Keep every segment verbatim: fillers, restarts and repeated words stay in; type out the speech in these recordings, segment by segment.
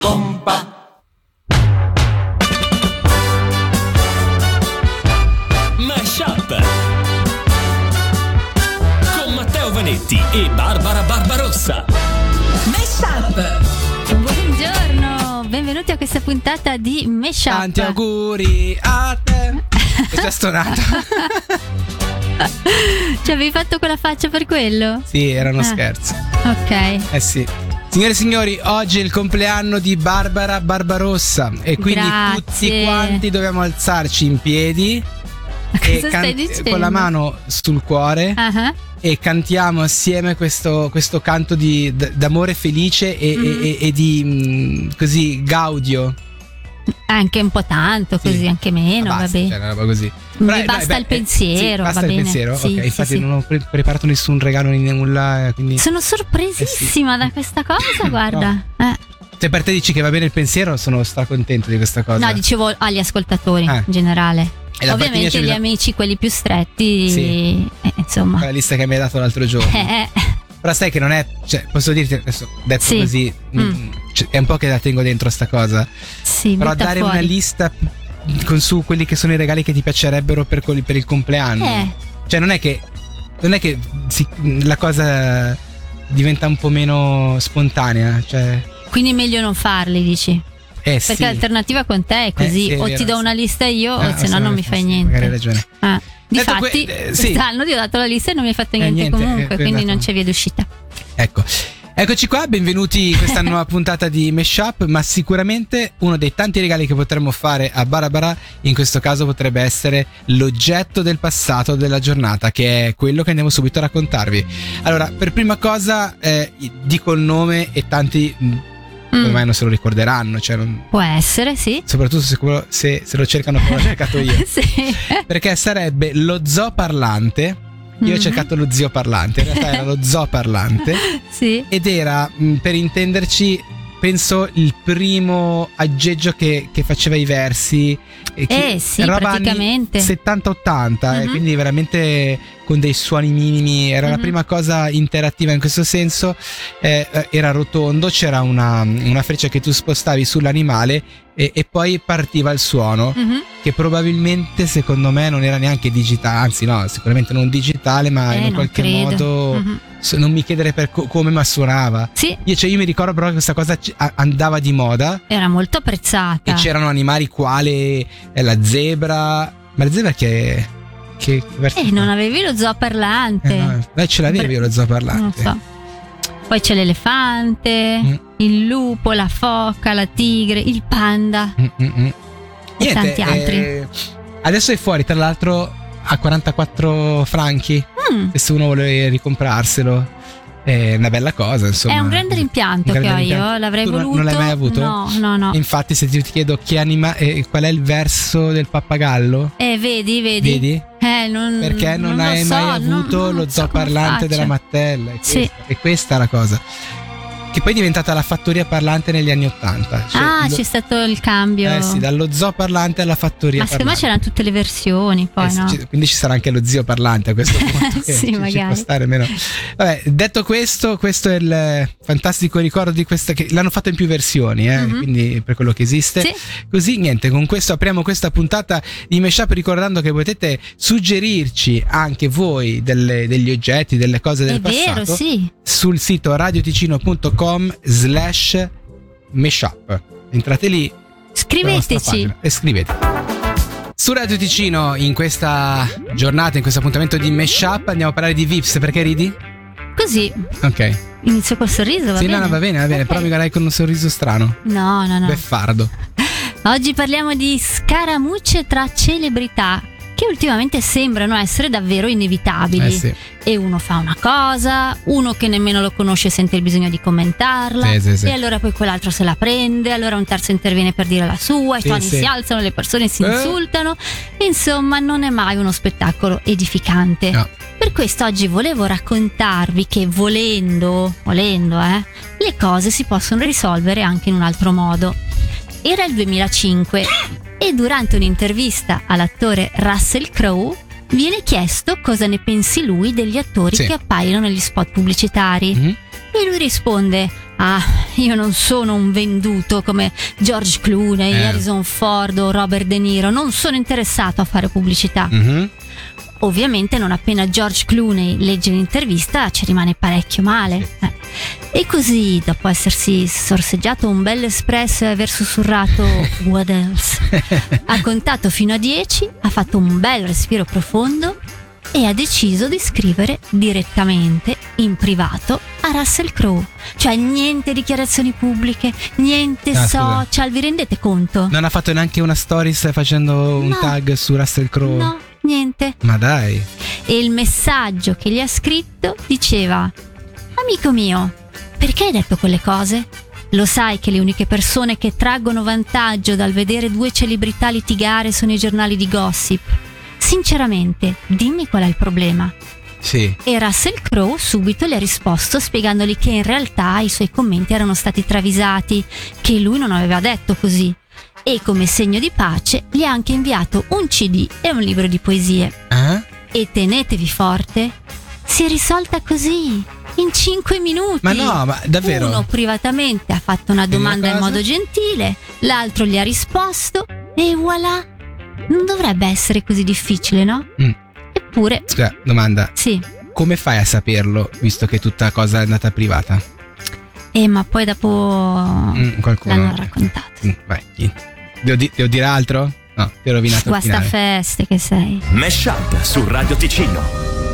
Pompa. Mashup con Matteo Vanetti e Barbara Barbarossa. Mashup. Buongiorno, benvenuti a questa puntata di Mashup. Tanti auguri a te. È già stonato. Ci avevi fatto quella faccia per quello? Sì, era uno ah. scherzo. Ok. Eh sì. Signore e signori, oggi è il compleanno di Barbara Barbarossa e quindi Grazie. tutti quanti dobbiamo alzarci in piedi Cosa e stai can- dicendo? con la mano sul cuore uh-huh. e cantiamo assieme questo, questo canto di, d- d'amore felice e, Mm. e, e, e di mh, così gaudio. Anche un po' tanto, così, Sì. anche meno, Ma basta, vabbè. cioè, una roba così. Mi Però, basta dai, il beh, eh, pensiero, sì, basta va il bene. pensiero, Sì, ok. sì, Infatti sì. non ho pre- preparato nessun regalo né nulla, quindi Sono sorpresissima Eh sì. da questa cosa, guarda. Eh. se per te dici che va bene il pensiero, sono stracontento di questa cosa. No, dicevo agli ascoltatori Eh. in generale. E da parte mia Ovviamente c'è gli bisogno- amici, quelli più stretti, Sì. eh, insomma. Quella lista che mi hai dato l'altro giorno. Eh, Però sai che non è, cioè, posso dirti adesso, detto Sì. così, Mm. mm, cioè, è un po' che la tengo dentro sta cosa. sì, Però butta dare fuori. una lista con su quelli che sono i regali che ti piacerebbero per, quelli- per il compleanno. Eh. Cioè non è che non è che si- la cosa diventa un po' meno spontanea, cioè Quindi è meglio non farli, dici? eh Perché sì. l'alternativa con te è così, Eh, sì, è o vero, ti do sì. una lista io, Ah, o se no sì, non mi sì, fai sì, niente. magari hai ragione. Ah. Detto Difatti, que- eh, sì. quest'anno ti ho dato la lista e non mi hai fatto niente, niente, comunque, eh, quindi esatto. non c'è via d'uscita. Ecco. Eccoci qua, benvenuti in questa nuova puntata di Mashup, ma sicuramente uno dei tanti regali che potremmo fare a Barbara in questo caso potrebbe essere l'oggetto del passato della giornata, che è quello che andiamo subito a raccontarvi. Allora, per prima cosa eh, dico il nome e tanti mh, Mm. ormai non se lo ricorderanno, cioè non- Può essere, sì. soprattutto se, se, se lo cercano come l'ho cercato io, sì. perché sarebbe lo zoo parlante. Io ho Mhm. cercato lo zio parlante, in realtà era lo zoo parlante. Sì. Ed era, mh, per intenderci, penso il primo aggeggio che, che faceva i versi. e che Eh, sì, roba praticamente. anni settanta ottanta, Mhm. e quindi veramente con dei suoni minimi. Era la Mhm. prima cosa interattiva in questo senso. Eh, eh, era rotondo, c'era una, una freccia che tu spostavi sull'animale e, e poi partiva il suono. Mhm. Che probabilmente, secondo me, non era neanche digitale, anzi, no, sicuramente non digitale, ma Eh, in non qualche credo. modo. Mhm. So- non mi chiedere per co- come, ma suonava. Sì, Io, cioè, io mi ricordo però che questa cosa ci- a- andava di moda era molto apprezzata. e c'erano animali quali eh, la zebra. Ma la zebra che. che verso- Eh, non avevi lo zoo parlante. Eh, no, beh, ce l'avevi Beh, lo zoo Non parlante. so. Poi c'è l'elefante, Mm. il lupo, la foca, la tigre, il panda. Mm, mm, mm. E tanti altri. eh, adesso è fuori, tra l'altro, a quarantaquattro franchi. Mm. E se uno vuole ricomprarselo, è una bella cosa, insomma. È un grande rimpianto Un grande che ho rimpianto. io, l'avrei Tu non- voluto. non l'hai mai avuto? No, no, no. Infatti, se ti ti chiedo che anima, eh, qual è il verso del pappagallo, Eh, vedi, vedi. vedi? Eh, non, Perché non, lo hai so, mai non- avuto non lo so zoo come parlante faccio. della Mattella. È Sì. questa, è questa la cosa. Che poi è diventata la fattoria parlante negli anni Ottanta. Cioè, Ah, lo- c'è stato il cambio. Eh sì, dallo zoo parlante alla fattoria Ma secondo me parlante. c'erano tutte le versioni, poi Eh sì, no? ci- quindi ci sarà anche lo zio parlante a questo punto. che Sì, ci- ci magari. può stare meno. Vabbè, detto questo, questo è il eh, fantastico ricordo di questa. Che l'hanno fatto in più versioni, eh, Mhm. quindi per quello che esiste. Sì. Così, niente, con questo apriamo questa puntata di Mashup, ricordando che potete suggerirci anche voi delle- degli oggetti, delle cose del È passato vero, sì. sul sito radioticino punto com slash mashup. Entrate lì sulla nostra Scriveteci. pagina e scrivete. Su Radio Ticino, in questa giornata, in questo appuntamento di Mashup, andiamo a parlare di Vips. Perché ridi? Così Ok. inizio col sorriso, va sì, bene? no, no, va bene, va bene. Ok. Però mi guardai con un sorriso strano. No, no, no. Beffardo. Oggi parliamo di scaramucce tra celebrità che ultimamente sembrano essere davvero inevitabili. Eh sì. E uno fa una cosa, uno che nemmeno lo conosce sente il bisogno di commentarla, Sì, sì, sì. e allora poi quell'altro se la prende, allora un terzo interviene per dire la sua, i Sì, toni sì. si alzano, le persone si Eh. insultano. Insomma, non è mai uno spettacolo edificante. No. Per questo oggi volevo raccontarvi che volendo, volendo, eh, le cose si possono risolvere anche in un altro modo. Era il duemilacinque e durante un'intervista all'attore Russell Crowe viene chiesto cosa ne pensi lui degli attori Sì. che appaiono negli spot pubblicitari. Mhm. E lui risponde: ah, io non sono un venduto come George Clooney, Eh. Harrison Ford o Robert De Niro, non sono interessato a fare pubblicità. Mhm. Ovviamente non appena George Clooney legge l'intervista ci rimane parecchio male. Eh. E così, dopo essersi sorseggiato un bel espresso e aver sussurrato what else, ha contato fino a dieci, ha fatto un bel respiro profondo e ha deciso di scrivere direttamente in privato a Russell Crowe. Cioè niente dichiarazioni pubbliche, niente Ah, scusa. social, vi rendete conto? Non ha fatto neanche una stories facendo un No. tag su Russell Crowe? No, niente. Ma dai. E il messaggio che gli ha scritto diceva: amico mio, perché hai detto quelle cose? Lo sai che le uniche persone che traggono vantaggio dal vedere due celebrità litigare sono i giornali di gossip. Sinceramente, dimmi qual è il problema. Sì. E Russell Crowe subito le ha risposto spiegandogli che in realtà i suoi commenti erano stati travisati, che lui non aveva detto così. E come segno di pace gli ha anche inviato un C D e un libro di poesie. Eh? E tenetevi forte, si è risolta così, in cinque minuti. Ma no, ma davvero? Uno privatamente ha fatto una Vedi una domanda in cosa? modo gentile, l'altro gli ha risposto e voilà. Non dovrebbe essere così difficile, no? Mm. Eppure, Scusa, domanda. sì. Come fai a saperlo, visto che tutta cosa è andata privata? Eh, ma poi dopo Mm, qualcuno. l'hanno raccontato. Mm, vai. Devo, di- devo dire altro? No, ti ho rovinato il Guasta finale. feste che sei. Mesh Up su Radio Ticino.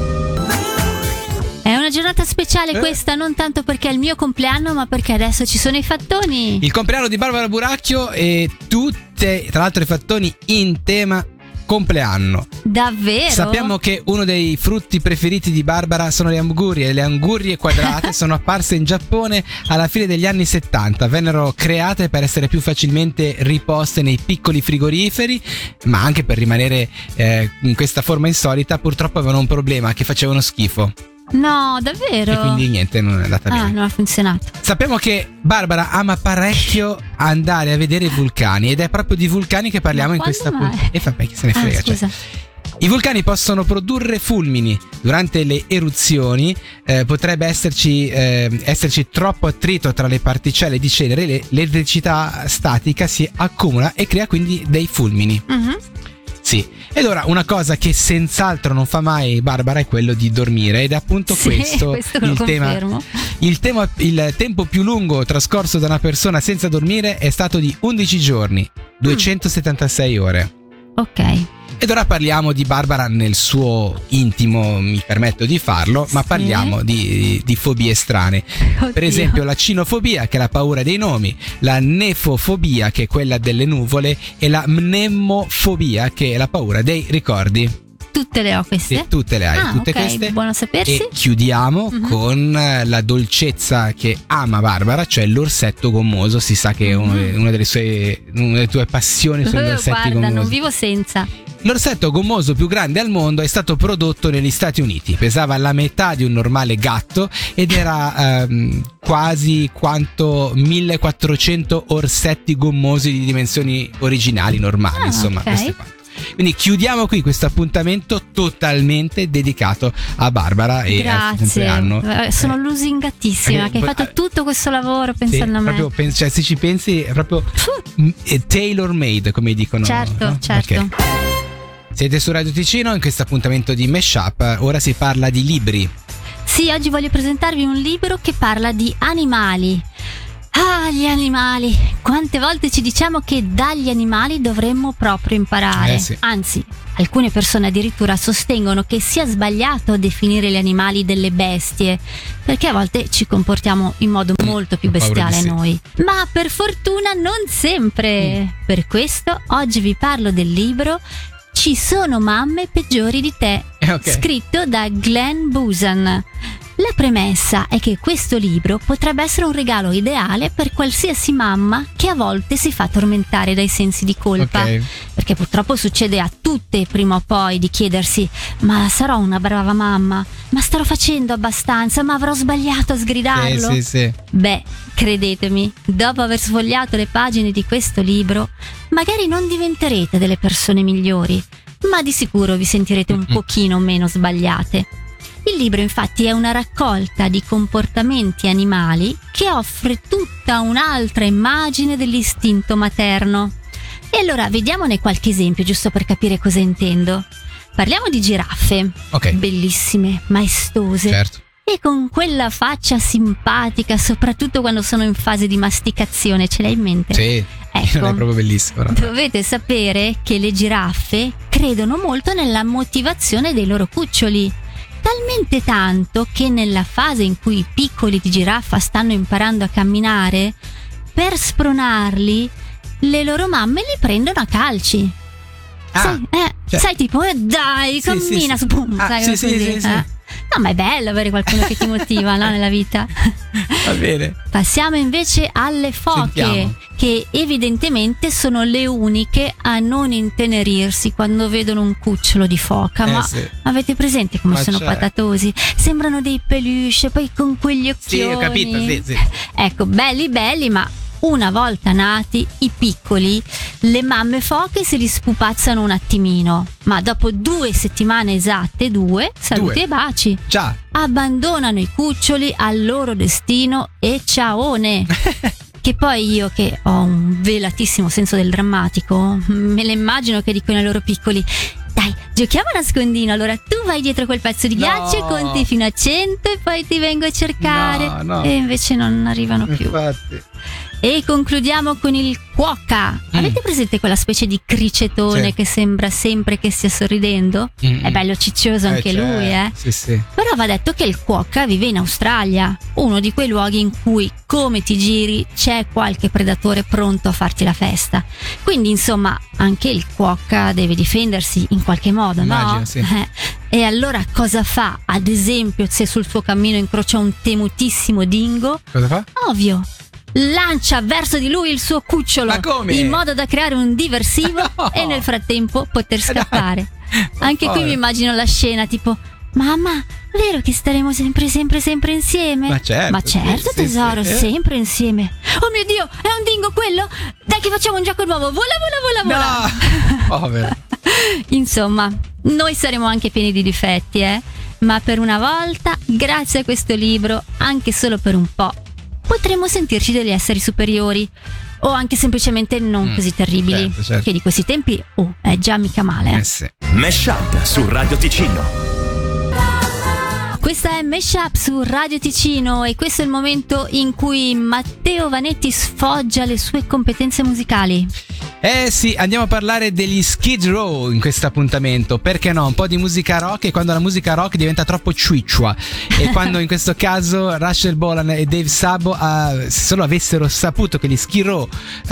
È una giornata speciale Eh? questa, non tanto perché è il mio compleanno, ma perché adesso ci sono i fattoni. Il compleanno di Barbara Buracchio e tutte, tra l'altro, i fattoni in tema compleanno. Davvero? Sappiamo che uno dei frutti preferiti di Barbara sono le angurie. Le angurie quadrate sono apparse in Giappone alla fine degli anni settanta. Vennero create per essere più facilmente riposte nei piccoli frigoriferi, ma anche per rimanere eh, in questa forma insolita. Purtroppo avevano un problema, che facevano schifo. No, davvero? E quindi niente, non è andata Ah, bene. non ha funzionato. Sappiamo che Barbara ama parecchio andare a vedere i vulcani, ed è proprio di vulcani che parliamo Ma in questa quando mai? puntata. E vabbè, chi se ne frega. Ah, cioè. scusa. I vulcani possono produrre fulmini. Durante le eruzioni eh, potrebbe esserci, eh, esserci troppo attrito tra le particelle di cenere, le- l'elettricità statica si accumula e crea quindi dei fulmini. Mhm. Sì. Ed ora una cosa che senz'altro non fa mai Barbara è quello di dormire, ed è appunto Sì, questo, questo lo il tema. confermo. Il, tema, il tempo più lungo trascorso da una persona senza dormire è stato di undici giorni, duecentosettantasei ore. Ok. Ed ora parliamo di Barbara nel suo intimo, mi permetto di farlo, ma Sì. parliamo di, di fobie strane. Oddio. Per esempio la cinofobia, che è la paura dei nomi, la nefofobia, che è quella delle nuvole, e la mnemofobia, che è la paura dei ricordi. Tutte le ho queste? Sì, tutte le hai, Ah, tutte ok, queste. buono sapersi. E chiudiamo Mhm. con eh, la dolcezza che ama Barbara, cioè l'orsetto gommoso. Si sa che è uno de- una delle sue una delle tue passioni sono gli Eh, orsetti guarda, gommosi. non vivo senza. L'orsetto gommoso più grande al mondo è stato prodotto negli Stati Uniti. Pesava la metà di un normale gatto ed era ehm, quasi quanto millequattrocento orsetti gommosi di dimensioni originali, normali, Ah, insomma, ok. queste qua. Quindi chiudiamo qui questo appuntamento totalmente dedicato a Barbara e al suo Grazie. compleanno. Eh, Sono Eh, lusingatissima eh, che hai poi- fatto tutto questo lavoro sì, pensando a me. proprio, pen- cioè, se ci pensi è proprio mm, è tailor made, come dicono. Certo, no? certo. Ok. Siete su Radio Ticino in questo appuntamento di Mesh Up. Ora si parla di libri. Sì, oggi voglio presentarvi un libro che parla di animali. Ah, gli animali! Quante volte ci diciamo che dagli animali dovremmo proprio imparare. Eh sì. Anzi, alcune persone addirittura sostengono che sia sbagliato definire gli animali delle bestie, perché a volte ci comportiamo in modo molto più Ho paura bestiale di sì. noi. Ma per fortuna non sempre. Mm. Per questo oggi vi parlo del libro Ci sono mamme peggiori di te, Eh, ok. scritto da Glenn Busan. La premessa è che questo libro potrebbe essere un regalo ideale per qualsiasi mamma che a volte si fa tormentare dai sensi di colpa. Ok. Perché purtroppo succede a tutte prima o poi di chiedersi: ma sarò una brava mamma? Ma starò facendo abbastanza? Ma avrò sbagliato a sgridarlo? Sì, sì, sì. Beh, credetemi, dopo aver sfogliato le pagine di questo libro, magari non diventerete delle persone migliori, ma di sicuro vi sentirete un Mm-mm. pochino meno sbagliate. Il libro infatti è una raccolta di comportamenti animali che offre tutta un'altra immagine dell'istinto materno. E allora vediamone qualche esempio, giusto per capire cosa intendo. Parliamo di giraffe, Ok. bellissime, maestose, Certo. e con quella faccia simpatica, soprattutto quando sono in fase di masticazione. Ce l'hai in mente? Sì, Ecco. non è proprio bellissimo. No? Dovete sapere che le giraffe credono molto nella motivazione dei loro cuccioli, talmente tanto che nella fase in cui i piccoli di giraffa stanno imparando a camminare, per spronarli le loro mamme li prendono a calci. Ah, sai, eh, cioè- sai tipo eh, dai, Sì, cammina sì, sì. su, boom, Ah, sai, sì, sì, così, sì, sì. eh. No, ma è bello avere qualcuno che ti motiva, no, nella vita. Va bene. Passiamo invece alle foche, Sentiamo. che evidentemente sono le uniche a non intenerirsi quando vedono un cucciolo di foca. Eh, Ma sì. avete presente come Ma sono certo. patatosi? Sembrano dei peluche, poi con quegli Sì, occhioni. ho capito, sì, sì. Ecco, belli belli, ma una volta nati i piccoli, le mamme foche se li spupazzano un attimino, ma dopo due settimane esatte, due, saluti Due. e baci, Già. abbandonano i cuccioli al loro destino e ciaone. Che poi io, che ho un velatissimo senso del drammatico, me le immagino che dicono ai loro piccoli: dai, giochiamo a nascondino, allora tu vai dietro quel pezzo di No. ghiaccio e conti fino a cento e poi ti vengo a cercare. No, no. E invece non arrivano più. Infatti. E concludiamo con il cuoca. Avete presente quella specie di cricetone Mm. Sì. che sembra sempre che stia sorridendo? Mm. È bello ciccioso anche Eh, certo. lui, eh? Sì, sì. Però va detto che il cuoca vive in Australia, uno di quei luoghi in cui, come ti giri, c'è qualche predatore pronto a farti la festa. Quindi, insomma, anche il cuoca deve difendersi in qualche modo, Immagino, no? sì. Eh, E allora cosa fa? Ad esempio, se sul suo cammino incrocia un temutissimo dingo? Cosa fa? Ovvio, lancia verso di lui il suo cucciolo, Ma come? in modo da creare un diversivo No. e nel frattempo poter Dai. scappare. Anche qui Povero. mi immagino la scena tipo: mamma, vero che staremo sempre sempre sempre insieme? Ma certo, Ma certo, sì, sì, tesoro, sì, eh. sempre insieme. Oh mio Dio, è un dingo quello? Dai che facciamo un gioco nuovo. Vola vola vola vola. No! Povero. Insomma, noi saremo anche pieni di difetti, eh? Ma per una volta, grazie a questo libro, anche solo per un po', potremo sentirci degli esseri superiori, o anche semplicemente non Mm, così terribili. certo, certo. Che di questi tempi, oh, è già mica male. eh. Eh sì. Mashup su Radio Ticino. Questa è Mashup su Radio Ticino e questo è il momento in cui Matteo Vanetti sfoggia le sue competenze musicali. Eh sì, andiamo a parlare degli Skid Row in questo appuntamento. Perché no? Un po' di musica rock, e quando la musica rock diventa troppo ciuiccia. E quando in questo caso Russell Bolan e Dave Sabo, eh, se solo avessero saputo che gli Skid Row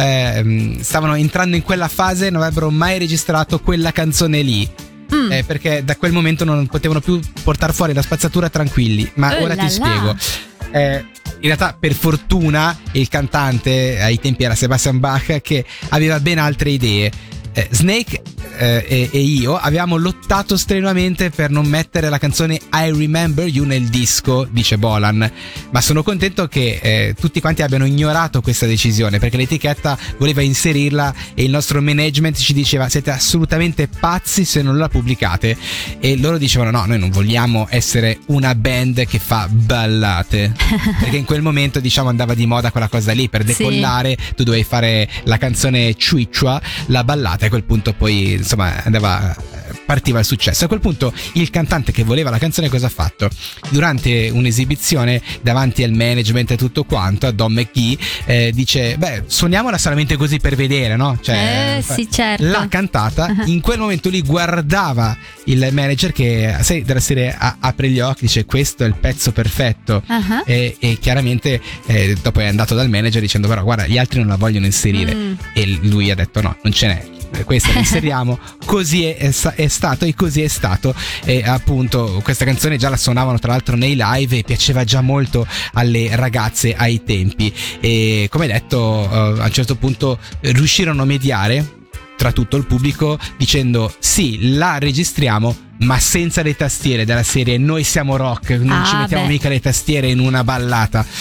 eh, stavano entrando in quella fase, non avrebbero mai registrato quella canzone lì. Mm. Eh, perché da quel momento non potevano più portare fuori la spazzatura tranquilli. Ma Oh ora là ti là. spiego. Eh, in realtà, per fortuna, il cantante ai tempi era Sebastian Bach, che aveva ben altre idee. Eh, Snake eh, e, e io avevamo lottato strenuamente per non mettere la canzone I Remember You nel disco, dice Bolan, ma sono contento che eh, tutti quanti abbiano ignorato questa decisione, perché l'etichetta voleva inserirla e il nostro management ci diceva: siete assolutamente pazzi se non la pubblicate. E loro dicevano: no, noi non vogliamo essere una band che fa ballate, perché in quel momento, diciamo, andava di moda quella cosa lì. Per decollare tu dovevi fare la canzone ciuiccia, la ballata, e a quel punto poi insomma andava, partiva il successo. A quel punto il cantante che voleva la canzone cosa ha fatto? Durante un'esibizione davanti al management e tutto quanto, a Don McGee, eh, dice: beh, suoniamola solamente così per vedere, no? Cioè, Eh, sì, certo. l'ha cantata. In quel momento lì guardava il manager che, sai, della serie a- apre gli occhi, dice: questo è il pezzo perfetto. Ah. E, e chiaramente eh, dopo è andato dal manager dicendo: però guarda, gli altri non la vogliono inserire. Mm. E lui ha detto: no, non ce n'è, questa la inseriamo. Così è, è sta- è stato, e così è stato. E appunto questa canzone già la suonavano tra l'altro nei live e piaceva già molto alle ragazze ai tempi. E come detto, eh, a un certo punto riuscirono a mediare tra tutto il pubblico dicendo: sì, la registriamo, ma senza le tastiere, della serie noi siamo rock, non Ah, ci mettiamo beh. mica le tastiere in una ballata.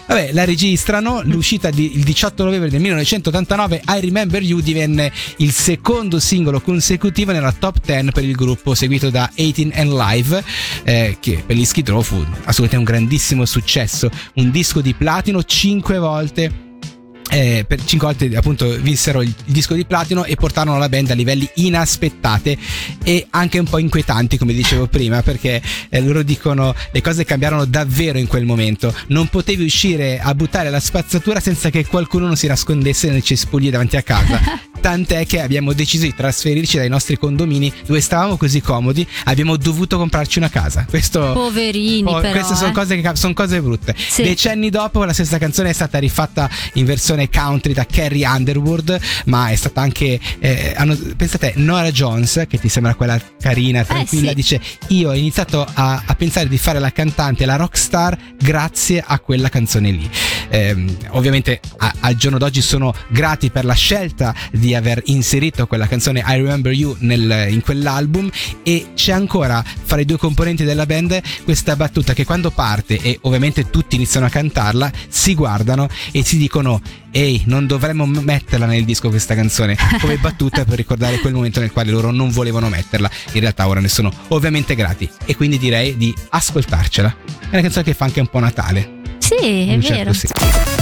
Vabbè, la registrano, l'uscita di, il diciotto novembre del millenovecentottantanove, I Remember You divenne il secondo singolo consecutivo nella top dieci per il gruppo, seguito da eighteen and Live, eh, che per gli Skid Row fu assolutamente un grandissimo successo, un disco di platino cinque volte. Eh, per cinque volte appunto vinsero il, il disco di platino e portarono la band a livelli inaspettate e anche un po' inquietanti, come dicevo prima, perché eh, loro dicono le cose cambiarono davvero in quel momento. Non potevi uscire a buttare la spazzatura senza che qualcuno non si nascondesse nei cespugli davanti a casa. Tant'è che abbiamo deciso di trasferirci dai nostri condomini dove stavamo così comodi, abbiamo dovuto comprarci una casa. Questo, poverini, oh, però, queste sono eh. cose che sono cose brutte. Sì. Decenni dopo la stessa canzone è stata rifatta in versione country da Carrie Underwood, ma è stata anche eh, hanno, pensate, Norah Jones, che ti sembra quella carina, tranquilla, eh, sì. dice: io ho iniziato a, a pensare di fare la cantante, la rockstar, grazie a quella canzone lì. Eh, ovviamente a, al giorno d'oggi sono grati per la scelta di aver inserito quella canzone I Remember You nel, in quell'album, e c'è ancora fra i due componenti della band questa battuta che quando parte e ovviamente tutti iniziano a cantarla si guardano e si dicono: ehi, non dovremmo metterla nel disco questa canzone, come battuta per ricordare quel momento nel quale loro non volevano metterla. In realtà ora ne sono ovviamente grati e quindi direi di ascoltarcela. È una canzone che fa anche un po' Natale. Sì, è Un vero. certo sì.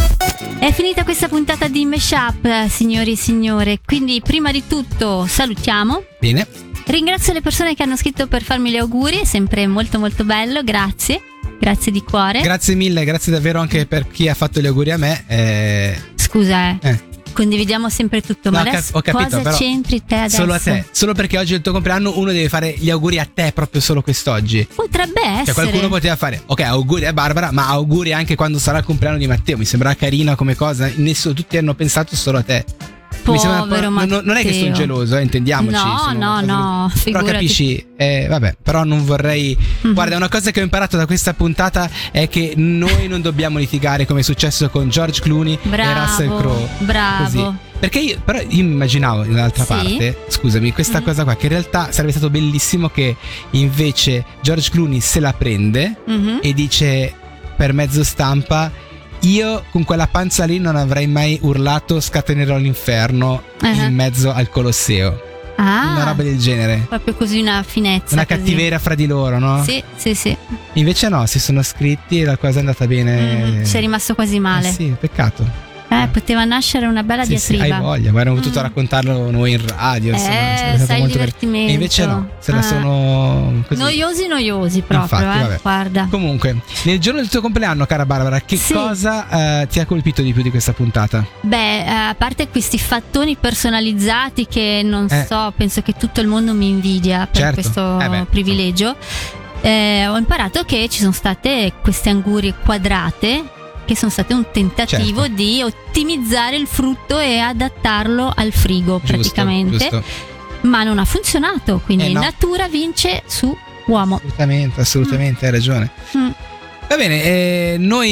È finita questa puntata di Mashup, signori e signore, quindi prima di tutto salutiamo. Bene. Ringrazio le persone che hanno scritto per farmi gli auguri, è sempre molto molto bello, grazie, grazie di cuore. Grazie mille, grazie davvero anche per chi ha fatto gli auguri a me. Eh, Scusa, eh. eh. condividiamo sempre tutto, ma No, adesso ho capito, cosa però c'entri te adesso? Solo a te, solo perché oggi è il tuo compleanno uno deve fare gli auguri a te proprio solo quest'oggi. Potrebbe essere. Cioè qualcuno poteva fare, ok, auguri a Barbara, ma auguri anche quando sarà il compleanno di Matteo. Mi sembra carina come cosa. Nessuno, tutti hanno pensato solo a te. Mi sembra un po'- Povero non, non è che sono Matteo. geloso, eh, intendiamoci. No, sono no, cose no, brutte. Però figurati. capisci, eh, vabbè, però non vorrei. Mhm. Guarda, una cosa che ho imparato da questa puntata è che noi non dobbiamo litigare come è successo con George Clooney Bravo, e Russell Crowe. bravo. Così. Perché io, però io immaginavo dall'altra Sì. parte, scusami, questa Mm. cosa qua, che in realtà sarebbe stato bellissimo che invece George Clooney se la prende Mhm. e dice per mezzo stampa: io con quella panza lì non avrei mai urlato scatenerò l'inferno Uh-huh. in mezzo al Colosseo. Ah, Una roba del genere. proprio così una finezza. Una così. cattiveria fra di loro, no? Sì, sì, sì. Invece no, si sono scritti e la cosa è andata bene. Mm, sei rimasto quasi male. Eh sì, peccato. Eh, poteva nascere una bella Sì, sì, diatriba. hai voglia, avremmo potuto Mm. raccontarlo noi in radio. insomma, Eh, sarebbe stato sai il molto divertimento. E invece no, se la Ah. sono così. Noiosi, noiosi proprio, Infatti, eh. vabbè. Guarda. Comunque, nel giorno del tuo compleanno, cara Barbara, che Sì. cosa eh, ti ha colpito di più di questa puntata? Beh, eh, a parte questi fattoni personalizzati che non Eh. so, penso che tutto il mondo mi invidia per Certo. questo Eh beh, privilegio. Eh, ho imparato che ci sono state queste angurie quadrate che sono state un tentativo Certo. di ottimizzare il frutto e adattarlo al frigo Giusto, praticamente, giusto. ma non ha funzionato, quindi Eh, no. natura vince su uomo. Assolutamente, assolutamente, hai ragione. Mm. Va bene, eh,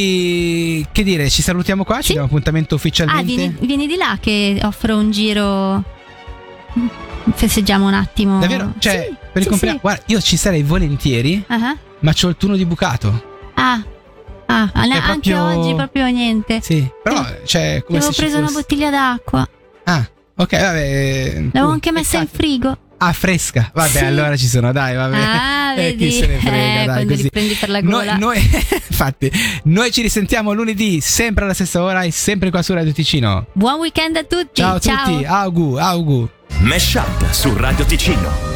noi che dire, ci salutiamo qua, ci Sì. diamo appuntamento Ah, ufficialmente. vieni, vieni di là che offro un giro. Festeggiamo un attimo. Davvero? Cioè, Sì, per il sì, compleanno, sì. guarda, io ci sarei volentieri, Ah, ma c'ho il turno di bucato. ah, ah, È anche proprio- oggi proprio niente. Sì, però, cioè, Ti come avevo se ci preso una fosse- bottiglia d'acqua. Ah, ok, vabbè. L'avevo uh, anche messa in peccato. frigo. Ah, fresca. Vabbè, Sì. allora ci sono, dai, vabbè. Ah, Eh, vedi? chi se ne frega, Eh, dai, quando così. li prendi per la Noi, gola. noi- infatti, noi ci risentiamo lunedì, sempre alla stessa ora e sempre qua su Radio Ticino. Buon weekend a tutti. Ciao a tutti, augu, augu. Mashup su Radio Ticino.